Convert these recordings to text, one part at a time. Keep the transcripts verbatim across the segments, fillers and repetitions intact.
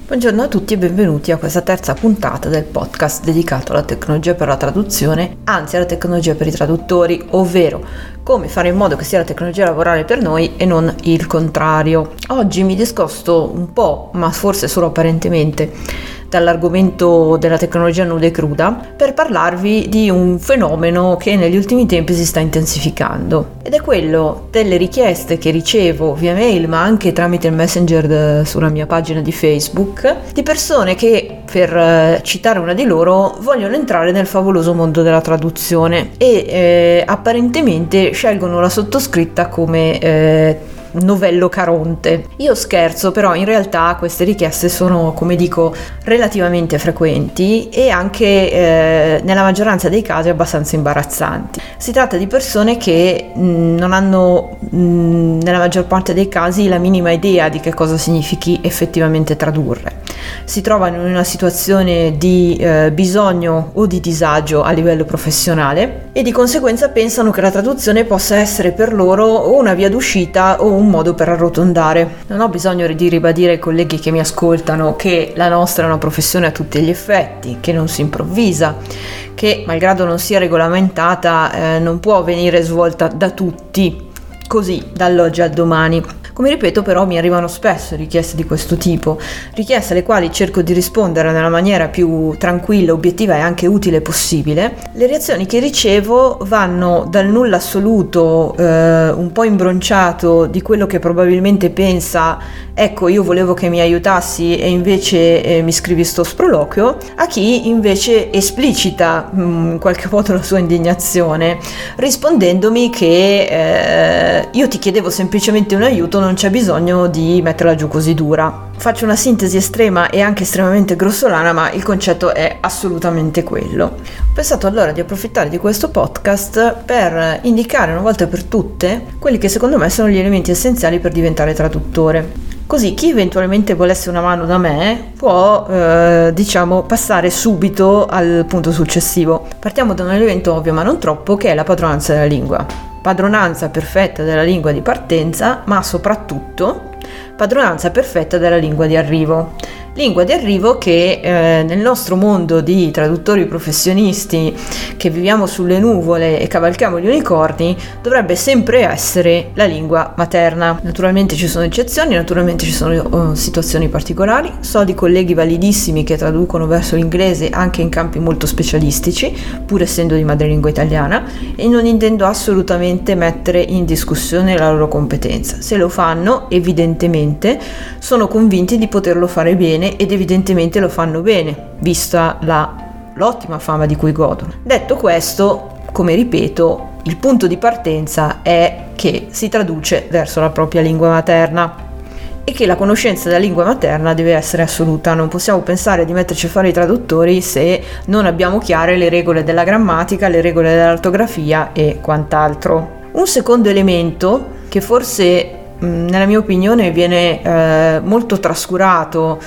Buongiorno a tutti e benvenuti a questa terza puntata del podcast dedicato alla tecnologia per la traduzione, anzi alla tecnologia per i traduttori, ovvero come fare in modo che sia la tecnologia a lavorare per noi e non il contrario. Oggi mi discosto un po', ma forse solo apparentemente, dall'argomento della tecnologia nuda e cruda per parlarvi di un fenomeno che negli ultimi tempi si sta intensificando ed è quello delle richieste che ricevo via mail ma anche tramite il messenger sulla mia pagina di Facebook di persone che, per citare una di loro, vogliono entrare nel favoloso mondo della traduzione e eh, apparentemente scelgono la sottoscritta come eh, novello Caronte. Io scherzo, però in realtà queste richieste sono, come dico, relativamente frequenti e anche eh, nella maggioranza dei casi abbastanza imbarazzanti. Si tratta di persone che mh, non hanno mh, nella maggior parte dei casi la minima idea di che cosa significhi effettivamente tradurre. Si trovano in una situazione di eh, bisogno o di disagio a livello professionale e di conseguenza pensano che la traduzione possa essere per loro o una via d'uscita o un modo per arrotondare. Non ho bisogno di ribadire ai colleghi che mi ascoltano che la nostra è una professione a tutti gli effetti, che non si improvvisa, che malgrado non sia regolamentata eh, non può venire svolta da tutti così dall'oggi al domani. Come ripeto, però, mi arrivano spesso richieste di questo tipo, richieste alle quali cerco di rispondere nella maniera più tranquilla, obiettiva e anche utile possibile. Le reazioni che ricevo vanno dal nulla assoluto, eh, un po' imbronciato di quello che probabilmente pensa, ecco, io volevo che mi aiutassi e invece eh, mi scrivi sto sproloquio, a chi invece esplicita mh, in qualche modo la sua indignazione, rispondendomi che eh, io ti chiedevo semplicemente un aiuto, non c'è bisogno di metterla giù così dura. Faccio una sintesi estrema e anche estremamente grossolana, ma il concetto è assolutamente quello. Ho pensato allora di approfittare di questo podcast per indicare una volta per tutte quelli che secondo me sono gli elementi essenziali per diventare traduttore. Così chi eventualmente volesse una mano da me può, eh, diciamo, passare subito al punto successivo. Partiamo da un elemento ovvio ma non troppo, che è la padronanza della lingua. Padronanza perfetta della lingua di partenza, ma soprattutto padronanza perfetta della lingua di arrivo. Lingua di arrivo che eh, nel nostro mondo di traduttori professionisti che viviamo sulle nuvole e cavalchiamo gli unicorni dovrebbe sempre essere la lingua materna. Naturalmente ci sono eccezioni, naturalmente ci sono uh, situazioni particolari. So di colleghi validissimi che traducono verso l'inglese anche in campi molto specialistici, pur essendo di madrelingua italiana, e non intendo assolutamente mettere in discussione la loro competenza. Se lo fanno, evidentemente sono convinti di poterlo fare bene ed evidentemente lo fanno bene, vista la, l'ottima fama di cui godono. Detto questo, come ripeto, il punto di partenza è che si traduce verso la propria lingua materna e che la conoscenza della lingua materna deve essere assoluta. Non possiamo pensare di metterci a fare i traduttori se non abbiamo chiare le regole della grammatica, le regole dell'ortografia e quant'altro. Un secondo elemento che forse nella mia opinione viene eh, molto trascurato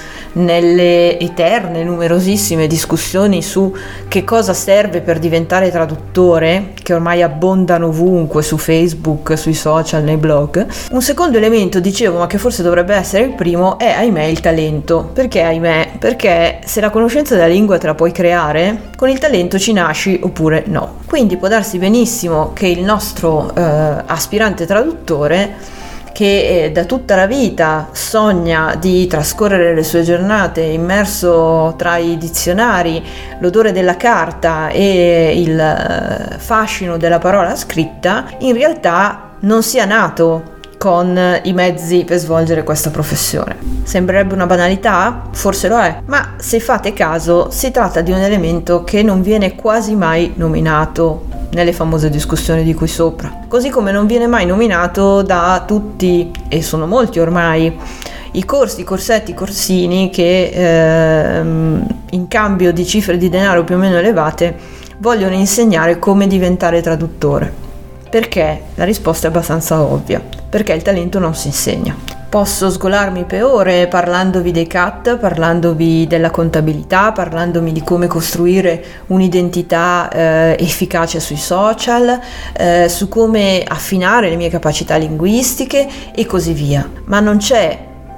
nelle eterne, numerosissime discussioni su che cosa serve per diventare traduttore, che ormai abbondano ovunque su Facebook, sui social, nei blog. Un secondo elemento, dicevo, ma che forse dovrebbe essere il primo, è ahimè il talento. Perché ahimè? Perché se la conoscenza della lingua te la puoi creare, con il talento ci nasci oppure no. Quindi può darsi benissimo che il nostro eh, aspirante traduttore, che eh, da tutta la vita sogna di trascorrere le sue giornate immerso tra i dizionari, l'odore della carta e il eh, fascino della parola scritta, in realtà non sia nato con i mezzi per svolgere questa professione. Sembrerebbe una banalità? Forse lo è, ma se fate caso si tratta di un elemento che non viene quasi mai nominato nelle famose discussioni di qui sopra, così come non viene mai nominato da tutti, e sono molti ormai, i corsi, i corsetti, i corsini che ehm, in cambio di cifre di denaro più o meno elevate vogliono insegnare come diventare traduttore. Perché? La risposta è abbastanza ovvia, perché il talento non si insegna. Posso sgolarmi per ore parlandovi dei C A T, parlandovi della contabilità, parlandomi di come costruire un'identità eh, efficace sui social, eh, su come affinare le mie capacità linguistiche e così via. Ma non c'è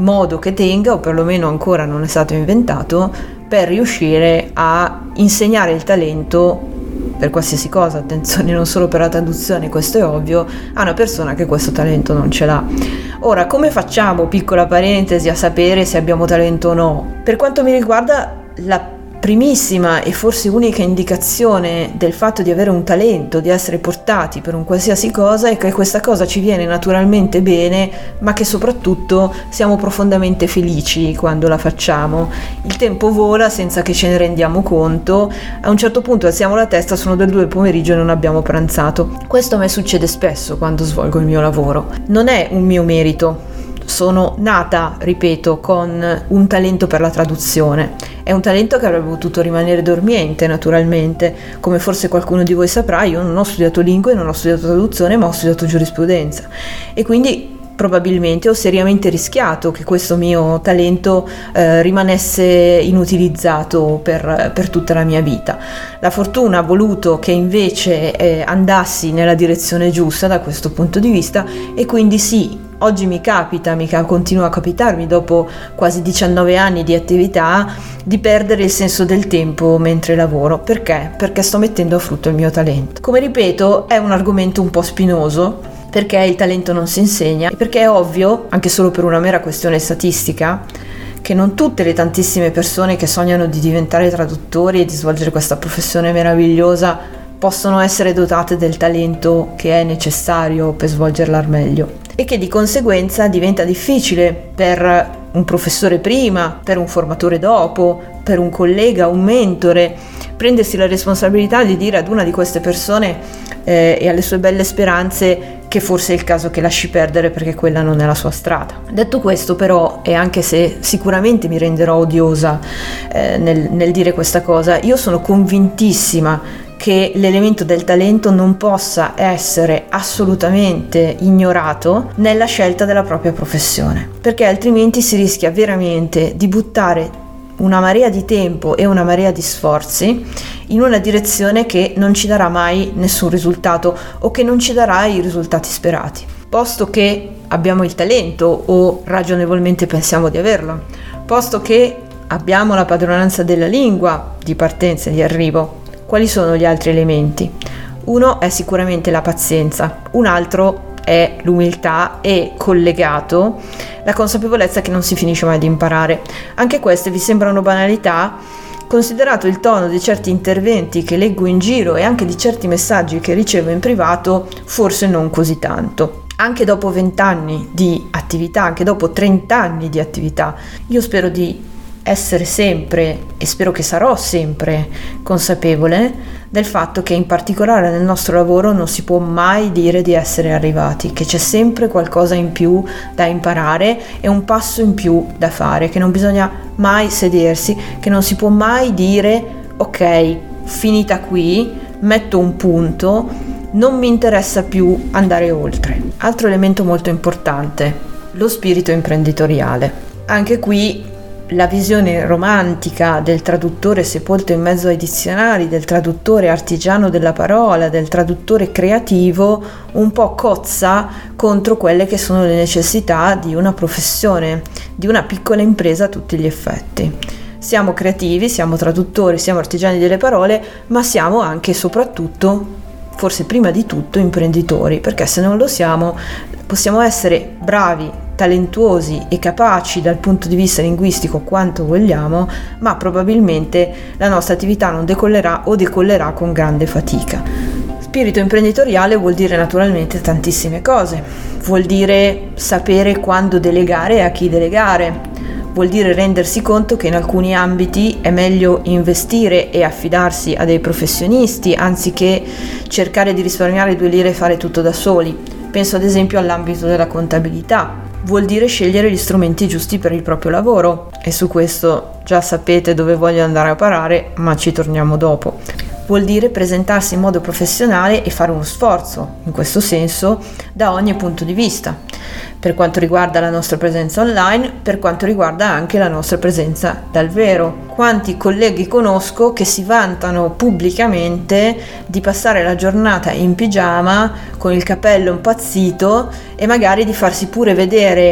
modo che tenga, o perlomeno ancora non è stato inventato, per riuscire a insegnare il talento per qualsiasi cosa, attenzione, non solo per la traduzione, questo è ovvio, a una persona che questo talento non ce l'ha. Ora, come facciamo, piccola parentesi, a sapere se abbiamo talento o no? Per quanto mi riguarda, la primissima e forse unica indicazione del fatto di avere un talento, di essere portati per un qualsiasi cosa, è che questa cosa ci viene naturalmente bene, ma che soprattutto siamo profondamente felici quando la facciamo. Il tempo vola senza che ce ne rendiamo conto, a un certo punto alziamo la testa, sono le due del pomeriggio e non abbiamo pranzato. Questo a me succede spesso quando svolgo il mio lavoro. Non è un mio merito. Sono nata, ripeto, con un talento per la traduzione. È un talento che avrebbe potuto rimanere dormiente, naturalmente. Come forse qualcuno di voi saprà, io non ho studiato lingue, non ho studiato traduzione, ma ho studiato giurisprudenza. E quindi probabilmente ho seriamente rischiato che questo mio talento eh, rimanesse inutilizzato per, per tutta la mia vita. La fortuna ha voluto che invece eh, andassi nella direzione giusta da questo punto di vista, e quindi sì, oggi mi capita, mi continua a capitarmi dopo quasi diciannove anni di attività, di perdere il senso del tempo mentre lavoro. Perché? Perché sto mettendo a frutto il mio talento. Come ripeto, è un argomento un po' spinoso, perché il talento non si insegna e perché è ovvio, anche solo per una mera questione statistica, che non tutte le tantissime persone che sognano di diventare traduttori e di svolgere questa professione meravigliosa possono essere dotate del talento che è necessario per svolgerla al meglio, e che di conseguenza diventa difficile per un professore prima, per un formatore dopo, per un collega, un mentore, prendersi la responsabilità di dire ad una di queste persone eh, e alle sue belle speranze che forse è il caso che lasci perdere perché quella non è la sua strada. Detto questo, però, e anche se sicuramente mi renderò odiosa eh, nel, nel dire questa cosa, io sono convintissima che l'elemento del talento non possa essere assolutamente ignorato nella scelta della propria professione, perché altrimenti si rischia veramente di buttare una marea di tempo e una marea di sforzi in una direzione che non ci darà mai nessun risultato, o che non ci darà i risultati sperati. Posto che abbiamo il talento, o ragionevolmente pensiamo di averlo, posto che abbiamo la padronanza della lingua di partenza e di arrivo, quali sono gli altri elementi? Uno è sicuramente la pazienza, un altro è l'umiltà e, collegato, la consapevolezza che non si finisce mai di imparare. Anche queste vi sembrano banalità? Considerato il tono di certi interventi che leggo in giro e anche di certi messaggi che ricevo in privato, forse non così tanto. Anche dopo vent'anni di attività, anche dopo trent'anni di attività, io spero di essere sempre, e spero che sarò sempre, consapevole del fatto che in particolare nel nostro lavoro non si può mai dire di essere arrivati, che c'è sempre qualcosa in più da imparare e un passo in più da fare, che non bisogna mai sedersi, che non si può mai dire ok, finita qui, metto un punto, non mi interessa più andare oltre. Altro elemento molto importante, lo spirito imprenditoriale. Anche qui la visione romantica del traduttore sepolto in mezzo ai dizionari, del traduttore artigiano della parola, del traduttore creativo, un po' cozza contro quelle che sono le necessità di una professione, di una piccola impresa a tutti gli effetti. Siamo creativi, siamo traduttori, siamo artigiani delle parole, ma siamo anche e soprattutto, forse prima di tutto, imprenditori, perché se non lo siamo possiamo essere bravi, talentuosi e capaci dal punto di vista linguistico quanto vogliamo, ma probabilmente la nostra attività non decollerà o decollerà con grande fatica. Spirito imprenditoriale vuol dire naturalmente tantissime cose, vuol dire sapere quando delegare e a chi delegare, vuol dire rendersi conto che in alcuni ambiti è meglio investire e affidarsi a dei professionisti anziché cercare di risparmiare due lire e fare tutto da soli. Penso ad esempio all'ambito della contabilità. Vuol dire scegliere gli strumenti giusti per il proprio lavoro, e su questo già sapete dove voglio andare a parare, ma ci torniamo dopo. Vuol dire presentarsi in modo professionale e fare uno sforzo, in questo senso, da ogni punto di vista, per quanto riguarda la nostra presenza online, per quanto riguarda anche la nostra presenza dal vero. Quanti colleghi conosco che si vantano pubblicamente di passare la giornata in pigiama, con il capello impazzito, e magari di farsi pure vedere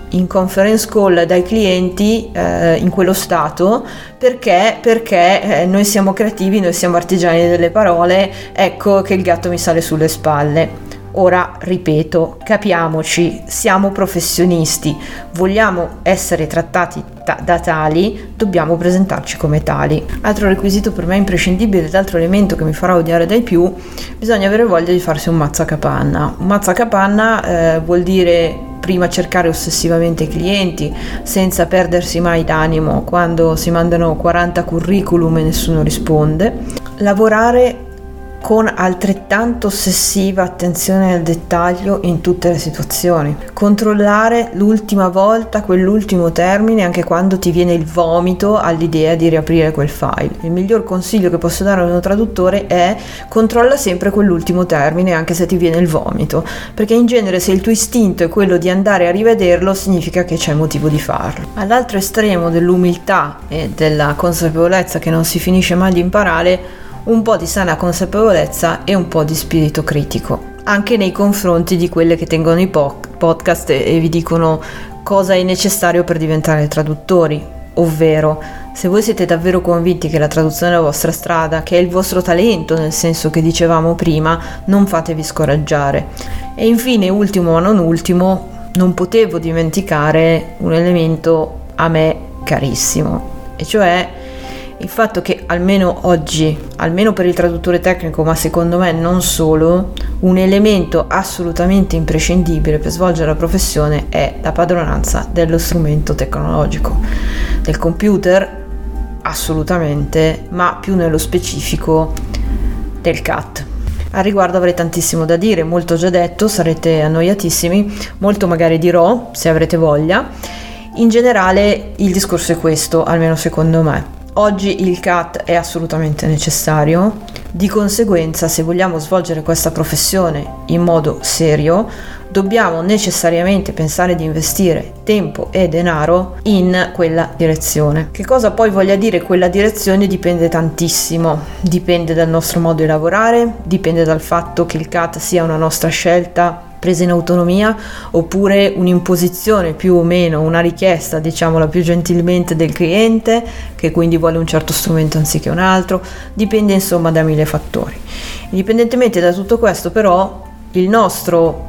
in conference call dai clienti eh, in quello stato, perché perché eh, noi siamo creativi, noi siamo artigiani delle parole, ecco che il gatto mi sale sulle spalle. Ora ripeto, capiamoci, siamo professionisti, vogliamo essere trattati ta- da tali, dobbiamo presentarci come tali. Altro requisito per me imprescindibile ed altro elemento che mi farà odiare dai più: bisogna avere voglia di farsi un mazzacapanna. Un mazzacapanna eh, vuol dire prima cercare ossessivamente i clienti senza perdersi mai d'animo quando si mandano quaranta curriculum e nessuno risponde, lavorare con altrettanto ossessiva attenzione al dettaglio in tutte le situazioni, controllare l'ultima volta quell'ultimo termine anche quando ti viene il vomito all'idea di riaprire quel file. Il miglior consiglio che posso dare a un traduttore è: controlla sempre quell'ultimo termine anche se ti viene il vomito, perché in genere se il tuo istinto è quello di andare a rivederlo significa che c'è motivo di farlo. All'altro estremo dell'umiltà e della consapevolezza che non si finisce mai di imparare, un po' di sana consapevolezza e un po' di spirito critico, anche nei confronti di quelle che tengono i po- podcast e vi dicono cosa è necessario per diventare traduttori, ovvero se voi siete davvero convinti che la traduzione è la vostra strada, che è il vostro talento nel senso che dicevamo prima, non fatevi scoraggiare. E infine, ultimo ma non ultimo, non potevo dimenticare un elemento a me carissimo, e cioè il fatto che almeno oggi, almeno per il traduttore tecnico, ma secondo me non solo, un elemento assolutamente imprescindibile per svolgere la professione è la padronanza dello strumento tecnologico, del computer assolutamente, ma più nello specifico del C A T. Al riguardo avrei tantissimo da dire, molto già detto, sarete annoiatissimi, molto magari dirò se avrete voglia. In generale il discorso è questo, almeno secondo me. Oggi il C A T è assolutamente necessario, di conseguenza se vogliamo svolgere questa professione in modo serio dobbiamo necessariamente pensare di investire tempo e denaro in quella direzione. Che cosa poi voglia dire quella direzione dipende tantissimo, dipende dal nostro modo di lavorare, dipende dal fatto che il C A T sia una nostra scelta presa in autonomia oppure un'imposizione più o meno, una richiesta, diciamola più gentilmente, del cliente, che quindi vuole un certo strumento anziché un altro. Dipende insomma da mille fattori. Indipendentemente da tutto questo, però, il nostro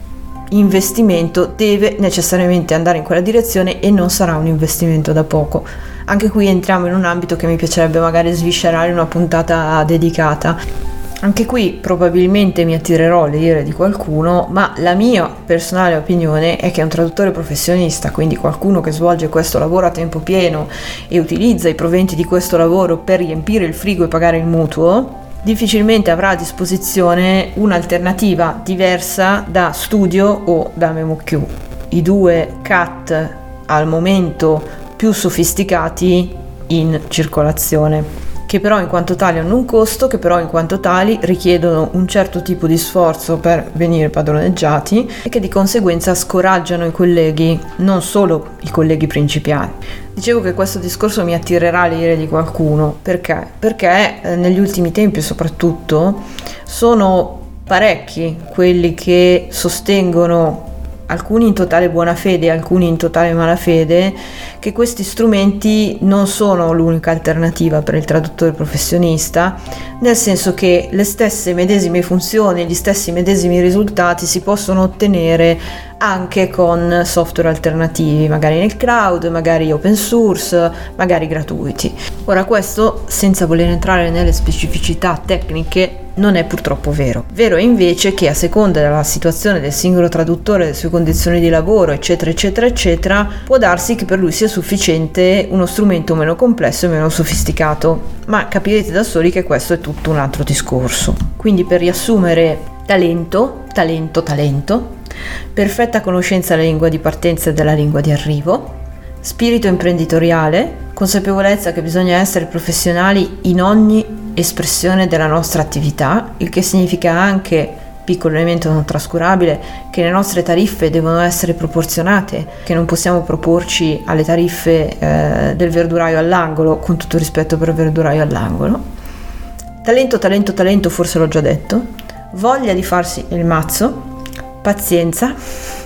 investimento deve necessariamente andare in quella direzione e non sarà un investimento da poco. Anche qui entriamo in un ambito che mi piacerebbe magari sviscerare in una puntata dedicata. Anche qui probabilmente mi attirerò le ire di qualcuno, ma la mia personale opinione è che un traduttore professionista, quindi qualcuno che svolge questo lavoro a tempo pieno e utilizza i proventi di questo lavoro per riempire il frigo e pagare il mutuo, difficilmente avrà a disposizione un'alternativa diversa da Studio o da MemoQ, i due C A T al momento più sofisticati in circolazione, che però in quanto tali hanno un costo, che però in quanto tali richiedono un certo tipo di sforzo per venire padroneggiati e che di conseguenza scoraggiano i colleghi, non solo i colleghi principianti. Dicevo che questo discorso mi attirerà le ire di qualcuno, perché? Perché eh, negli ultimi tempi soprattutto sono parecchi quelli che sostengono, alcuni in totale buona fede, alcuni in totale malafede, che questi strumenti non sono l'unica alternativa per il traduttore professionista, nel senso che le stesse medesime funzioni, gli stessi medesimi risultati si possono ottenere anche con software alternativi, magari nel cloud, magari open source, magari gratuiti. Ora, questo senza voler entrare nelle specificità tecniche non è purtroppo vero. Vero è invece che a seconda della situazione del singolo traduttore, delle sue condizioni di lavoro, eccetera eccetera eccetera, può darsi che per lui sia sufficiente uno strumento meno complesso e meno sofisticato, ma capirete da soli che questo è tutto un altro discorso. Quindi, per riassumere, talento, talento, talento, perfetta conoscenza della lingua di partenza e della lingua di arrivo, spirito imprenditoriale, consapevolezza che bisogna essere professionali in ogni espressione della nostra attività, il che significa anche, piccolo elemento non trascurabile, che le nostre tariffe devono essere proporzionate, che non possiamo proporci alle tariffe eh, del verduraio all'angolo, con tutto rispetto per il verduraio all'angolo. Talento, talento, talento, forse l'ho già detto, voglia di farsi il mazzo, pazienza,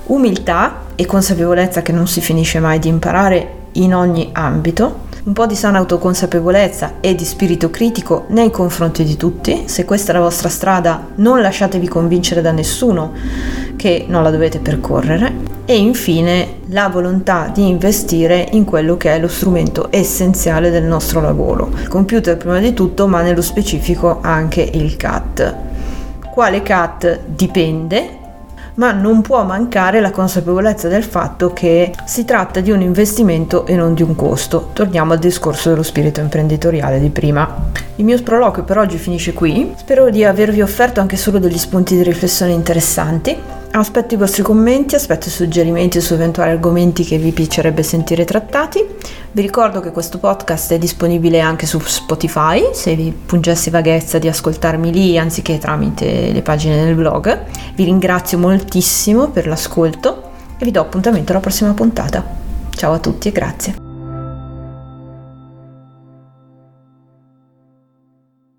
umiltà e consapevolezza che non si finisce mai di imparare in ogni ambito, un po' di sana autoconsapevolezza e di spirito critico nei confronti di tutti. Se questa è la vostra strada, non lasciatevi convincere da nessuno che non la dovete percorrere. E infine la volontà di investire in quello che è lo strumento essenziale del nostro lavoro, il computer prima di tutto, ma nello specifico anche il C A T. Quale C A T dipende, ma non può mancare la consapevolezza del fatto che si tratta di un investimento e non di un costo. Torniamo al discorso dello spirito imprenditoriale di prima. Il mio sproloquio per oggi finisce qui. Spero di avervi offerto anche solo degli spunti di riflessione interessanti. Aspetto i vostri commenti, aspetto i suggerimenti su eventuali argomenti che vi piacerebbe sentire trattati. Vi ricordo che questo podcast è disponibile anche su Spotify, se vi pungesse vaghezza di ascoltarmi lì anziché tramite le pagine del blog. Vi ringrazio moltissimo per l'ascolto e vi do appuntamento alla prossima puntata. Ciao a tutti e grazie.